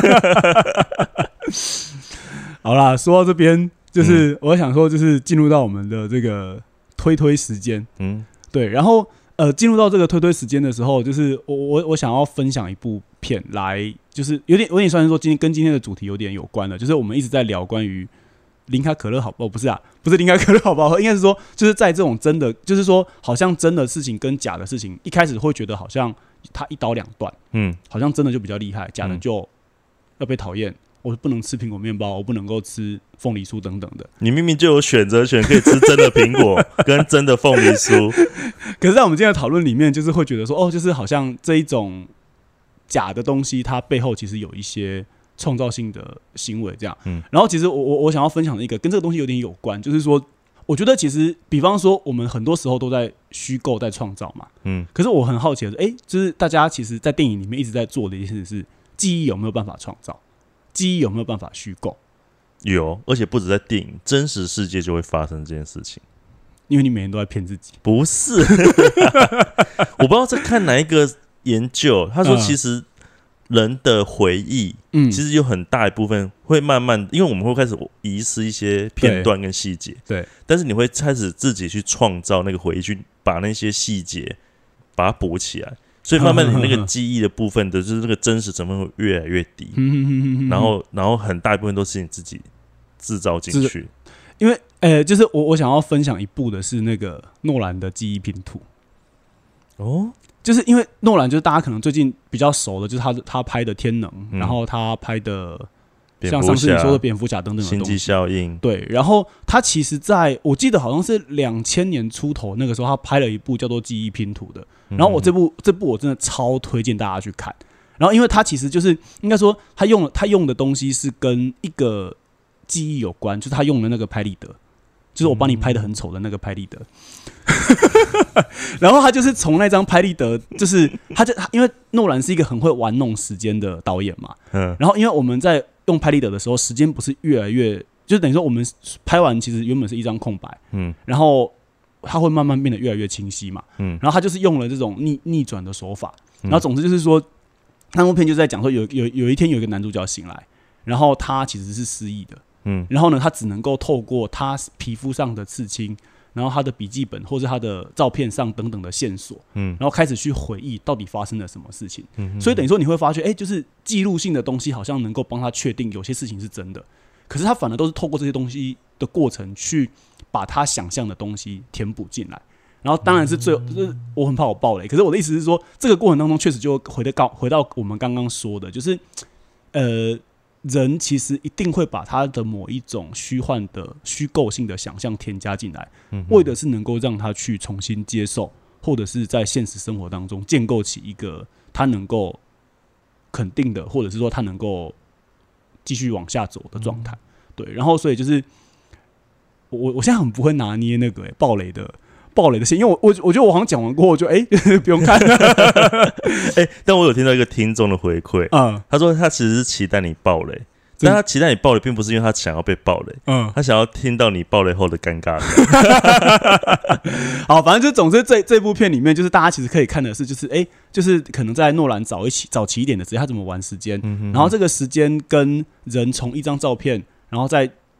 好啦，说到这边，就是我想说，就是进入到我们的这个推时间。对，然后进入到这个推时间的时候，就是我想要分享一部片来，就是有点算是说跟今天的主题有点有关的，就是我们一直在聊关于零卡可乐好不好？不是零卡可乐好不好喝，应该是说就是在这种真的，就是说好像真的事情跟假的事情，一开始会觉得好像它一刀两断，好像真的就比较厉害，假的就要被讨厌。我不能吃苹果面包，我不能够吃凤梨酥等等的。 你明明就有选择权，可以吃真的苹果跟真的凤梨酥。 可是，在我们今天的讨论里面，就是会觉得说，就是好像这一种假的东西，它背后其实有一些创造性的行为，这样。然后，其实我想要分享的一个跟这个东西有点有关，就是说，我觉得其实，比方说，我们很多时候都在虚构、在创造嘛。可是我很好奇的是，就是大家其实，在电影里面一直在做的一件事是，记忆有没有办法创造？记忆有没有办法虚构？ 有，而且不止在电影，真实世界就会发生这件事情。 因为你每天都在骗自己。 不是，我不知道在看哪一个研究，他说其实人的回忆，其实有很大一部分会慢慢，因为我们会开始遗失一些片段跟细节， 对， 但是你会开始自己去创造那个回忆，去把那些细节把它补起来。所以慢慢的那个记忆的部分的，就是那个真实成分会越来越低，然后很大一部分都是你自己制造进去。 因为就是我想要分享一部的是那个诺兰的记忆拼图。就是因为诺兰就是大家可能最近比较熟的，就是他拍的《天能》，然后他拍的像上次你说的蝙蝠侠等等的东西， 星际效应。 对，然后他其实我记得好像是2000年出头那个时候，他拍了一部叫做《记忆拼图》的。然后这部我真的超推荐大家去看。然后因为他其实就是应该说他用的东西是跟一个记忆有关，就是他用的那个拍立得，就是我帮你拍的很丑的那个拍立得。然后他就是从那张拍立得，就是因为诺兰是一个很会玩弄时间的导演嘛。然后因为我们在用拍立得的时候，时间不是越来越，就等于说我们拍完其实原本是一张空白，然后它会慢慢变得越来越清晰嘛。然后他就是用了这种逆转的手法。然后总之就是说，那部片就在讲说有一天有一个男主角醒来，然后他其实是失忆的。然后呢，他只能够透过他皮肤上的刺青，然后他的笔记本或是他的照片上等等的线索，然后开始去回忆到底发生了什么事情。所以等于说你会发觉，就是记录性的东西好像能够帮他确定有些事情是真的，可是他反而都是透过这些东西的过程去把他想象的东西填补进来。然后当然是就是我很怕我爆雷，可是我的意思是说，这个过程当中确实就回到我们刚刚说的，就是人其实一定会把他的某一种虚幻的虚构性的想象添加进来，为的是能够让他去重新接受，或者是在现实生活当中建构起一个他能够肯定的，或者是说他能够继续往下走的状态。对，然后所以就是我现在很不会拿捏那个爆雷的线，因为我觉得我好像讲完过后，我就不用看了。 但我有听到一个听众的回馈，他说他其实是期待你爆雷，但他期待你爆雷，并不是因为他想要被爆雷，他想要听到你爆雷后的尴尬感。 好，反正就总之这部片里面，就是大家其实可以看的是，就是可能在诺兰早期一点的时间，他怎么玩时间，然后这个时间跟人从一张照片，然后再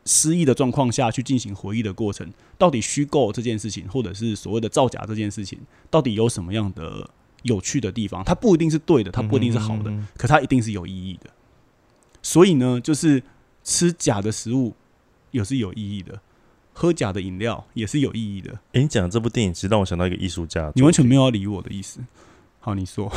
失忆的状况下去进行回忆的过程，到底虚构这件事情，或者是所谓的造假这件事情，到底有什么样的有趣的地方？它不一定是对的，它不一定是好的，可它一定是有意义的。所以呢，就是吃假的食物也是有意义的，喝假的饮料也是有意义的。 你讲这部电影其实让我想到一个艺术家， 你完全没有要理我的意思。好，你说。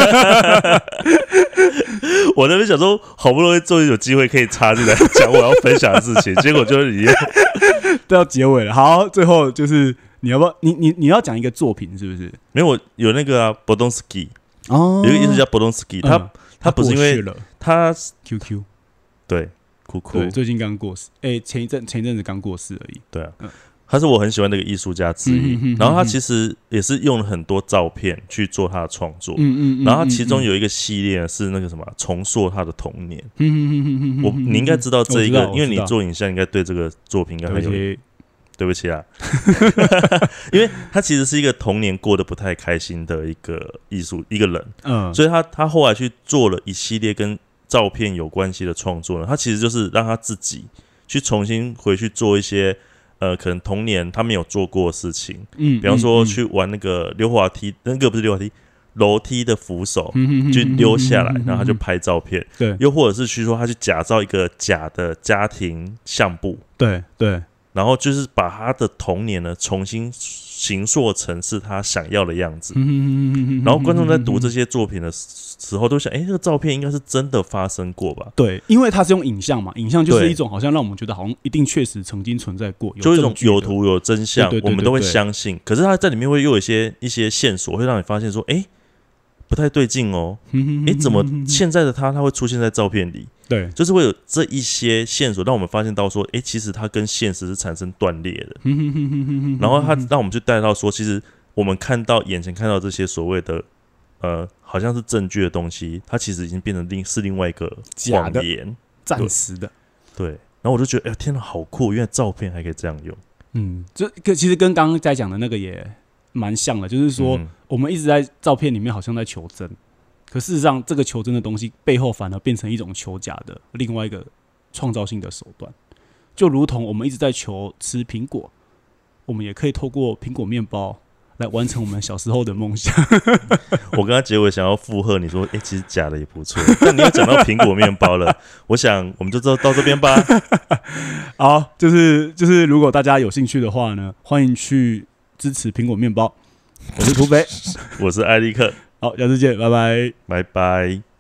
我那边想说，好不容易终于有机会可以插进来讲我要分享的事情，结果就是你都要结尾了。好，最后就是你要不要你要讲一个作品是不是？ 没有，有那个啊，Bodonsky 哦，有一个艺术家 Bodonsky，他不是因为他 QQ 对哭哭， 对，最近刚过世，前一阵子刚过世而已。 对啊。他是我很喜欢的一个艺术家之一，然后他其实也是用了很多照片去做他的创作，然后他其中有一个系列是那个什么重塑他的童年，你应该知道这一个，因为你做影像应该对这个作品应该很有，对不起啊，因为他其实是一个童年过得不太开心的一个一个人，所以他后来去做了一系列跟照片有关系的创作呢，他其实就是让他自己去重新回去做一些。可能童年他没有做过的事情，比方说去玩那个溜滑梯，那个不是溜滑梯，楼梯的扶手，就溜下来，然后他就拍照片， 对， 又或者是去说他去假造一个假的家庭相簿， 对对， 然后就是把他的童年呢重新形塑成是他想要的样子，然后观众在读这些作品的时候都想，这个照片应该是真的发生过吧？ 对，因为它是用影像嘛，影像就是一种好像让我们觉得好像一定确实曾经存在过， 就一种有图有真相，我们都会相信。可是它在里面会又有一些线索，会让你发现说，不太对劲哦，怎么现在的他会出现在照片里？ 对， 就是会有这一些线索，让我们发现到说，其实它跟现实是产生断裂的。然后它让我们去带到说，其实我们眼前看到这些所谓的好像是证据的东西，它其实已经变成是另外一个谎言， 暂时的。 对，然后我就觉得，天哪，好酷！原来照片还可以这样用。 这其实跟刚刚在讲的那个也蛮像的，就是说，我们一直在照片里面好像在求真。可事实上，这个求真的东西背后反而变成一种求假的另外一个创造性的手段，就如同我们一直在求吃苹果，我们也可以透过苹果面包来完成我们小时候的梦想。 我跟他结尾想要附和你说，其实假的也不错，但你又讲到苹果面包了，我想我们就到这边吧。 好，就是如果大家有兴趣的话呢，欢迎去支持苹果面包。我是土匪， 我是艾利克。 好，下次见，拜拜， 拜拜。